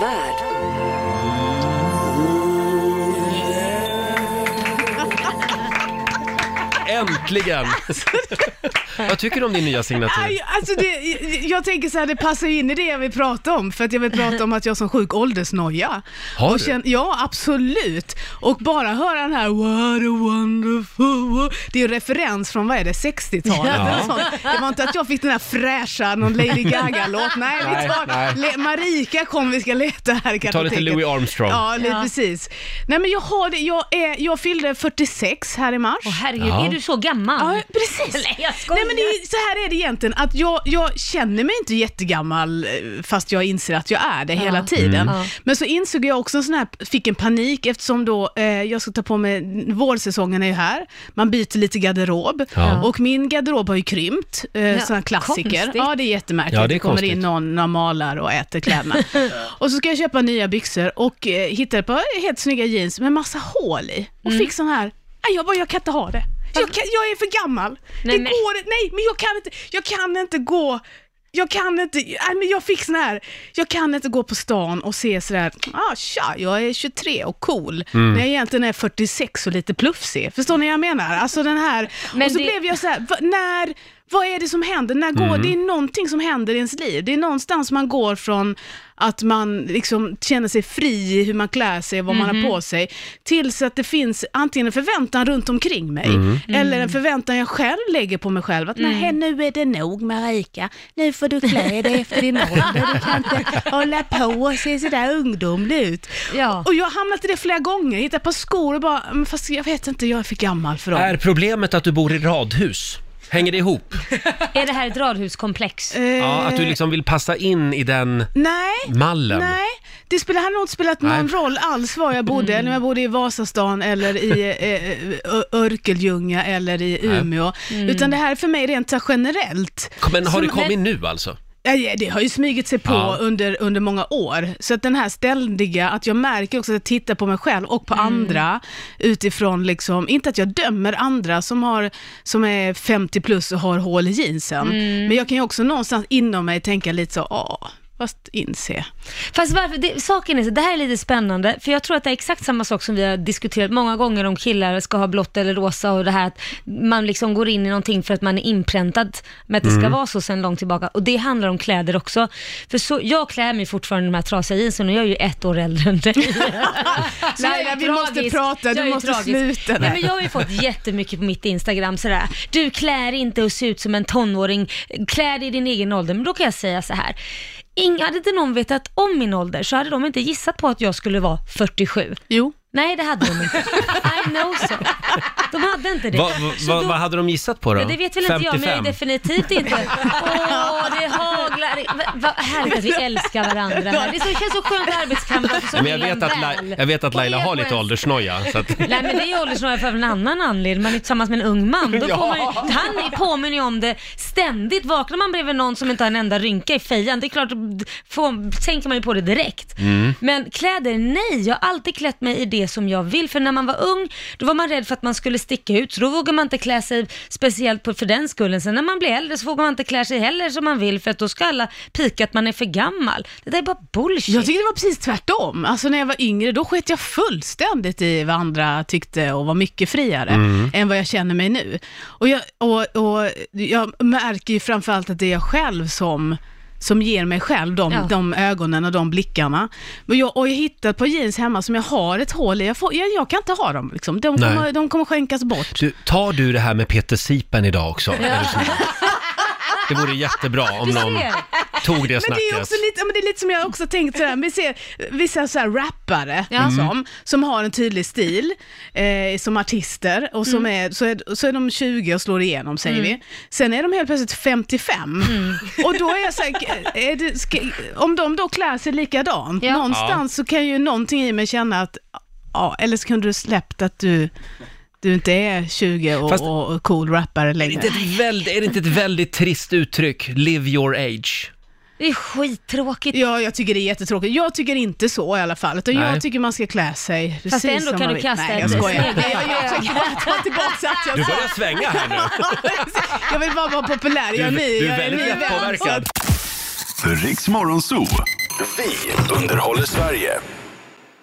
värld. Äntligen! Vad tycker du om din nya signatur? Alltså jag tänker så här, det passar in i det jag vill prata om. För att jag vill prata om att jag har sån sjuk åldersnoja. Har du? Ja, absolut. Och bara höra den här what a wonderful world. Det är ju referens från, vad är det, 60-talet eller sånt. Det var inte att jag fick den här fräscha, någon Lady Gaga-låt. Nej, vi tar Marika kom, vi ska leta här. Vi tar lite Louis Armstrong. Ja, precis. Nej, men jag har det, jag fyllde 46 här i mars. Åh herregud, är du så gammal? Ja, precis. Nej, jag skojar. Nej, men så här är det egentligen, att jag känner mig inte jättegammal, fast jag inser att jag är det hela tiden. Men så insåg jag också fick en panik, eftersom då jag ska ta på mig, vårsäsongen är ju här, man byter lite garderob, och min garderob har ju krympt, sådana klassiker. Konstigt. Ja, det är jättemärkligt. Ja, det kommer in någon malar och äter kläderna. Och så ska jag köpa nya byxor och hittade på helt snygga jeans med massa hål i, och fick sån här, jag kan inte ha det. Jag är för gammal. Men jag kan inte gå. Men jag fick sån här. Jag kan inte gå på stan och se sådär, jag är 23 och cool. När jag egentligen är 46 och lite plufsig. Förstår ni vad jag menar? Alltså den här. Men och så blev jag så här, vad är det som händer? Det är någonting som händer i ens liv. Det är någonstans man går från att man liksom känner sig fri i hur man klär sig, vad man har på sig, tills att det finns antingen en förväntan runt omkring mig eller en förväntan jag själv lägger på mig själv. Att nej, nu är det nog, Marika. Nu får du klä dig efter din ålder. Du kan inte hålla på och se sådär ungdomlig ut. Ja. Och jag har hamnat i det flera gånger. Hittat på skor och bara, fast jag vet inte, jag är för gammal för dem. Är problemet att du bor i radhus? Hänger det ihop? Är det här ett radhuskomplex? Ja, att du liksom vill passa in i den mallen. Nej, det hade nog inte spelat någon roll alls var jag bodde. När jag bodde i Vasastan eller i Örkelljunga eller i Umeå. Utan det här är för mig rent så generellt. Men har det kommit nu alltså? Ja, det har ju smygit sig på under många år. Så att den här ständiga, att jag märker också att jag tittar på mig själv och på andra utifrån liksom, inte att jag dömer andra som är 50 plus och har hål i jeansen. Men jag kan ju också någonstans inom mig tänka lite så, fast inse. Fast saken är så, det här är lite spännande, för jag tror att det är exakt samma sak som vi har diskuterat många gånger om killar ska ha blått eller rosa, och det här att man liksom går in i någonting för att man är inpräntad med att det ska vara så sen långt tillbaka, och det handlar om kläder också. För så, jag klär mig fortfarande i de här trasiga jeansen och jag är ju 1 år äldre än dig. Nej, vi måste prata, du måste sluta. Nej, men jag har ju fått jättemycket på mitt Instagram sådär, du klär inte och ser ut som en tonåring, klär dig i din egen ålder. Men då kan jag säga så här, hade inte någon vetat om min ålder så hade de inte gissat på att jag skulle vara 47. Jo. Nej, det hade de inte. I know so. De hade inte det. Vad hade de gissat på då? Det vet väl 55. Inte jag, men definitivt inte. Det haglar. Vad härligt att vi älskar varandra här. Det känns så skönt arbetskamrat. Men jag vet att Laila har lite åldersnoja. Så att... Nej, men det är åldersnoja för en annan anledning. Man är tillsammans med en ung man. Då får han påminner om det ständigt. Vaknar man bredvid någon som inte har en enda rynka i fejan, det är klart, tänker man ju på det direkt. Men kläder, nej. Jag har alltid klätt mig i det som jag vill, för när man var ung då var man rädd för att man skulle sticka ut, så då vågar man inte klä sig speciellt för den skullen. Sen när man blir äldre så vågar man inte klä sig heller som man vill, för att då ska alla pika att man är för gammal. Det där är bara bullshit. Jag tycker det var precis tvärtom. Alltså när jag var yngre då sket jag fullständigt i vad andra tyckte och var mycket friare än vad jag känner mig nu. Och jag märker ju framförallt att det är jag själv som ger mig själv de ögonen och de blickarna. Och jag hittar på jeans hemma som jag har ett hål i. Jag kan inte ha dem. Liksom. De kommer skänkas bort. Tar du det här med Peter Sipen idag också? Ja. Det vore jättebra om någon tog det snacket. Men det är också det är lite som jag också tänkt sådär. Vi ser vissa så här rappare som har en tydlig stil som artister och så är de 20 och slår igenom, säger vi. Sen är de helt plötsligt 55. Och då är jag så här, om de då klär sig likadant någonstans så kan ju någonting i mig känna att eller så kunde du släppt att du inte är 20 och cool rappare längre. Är det inte ett väldigt trist uttryck? Live your age. Det är skittråkigt. Ja, jag tycker det är jättetråkigt. Jag tycker inte så i alla fall. Utan jag tycker man ska klä sig precis. Fast ändå kan du kasta jag skojar. Jag tycker bara ta tillbaka att jag Du börjar svänga här nu. Jag vill bara vara populär. Du är väldigt lättpåverkad. Riks Morgonzoo. Vi underhåller Sverige.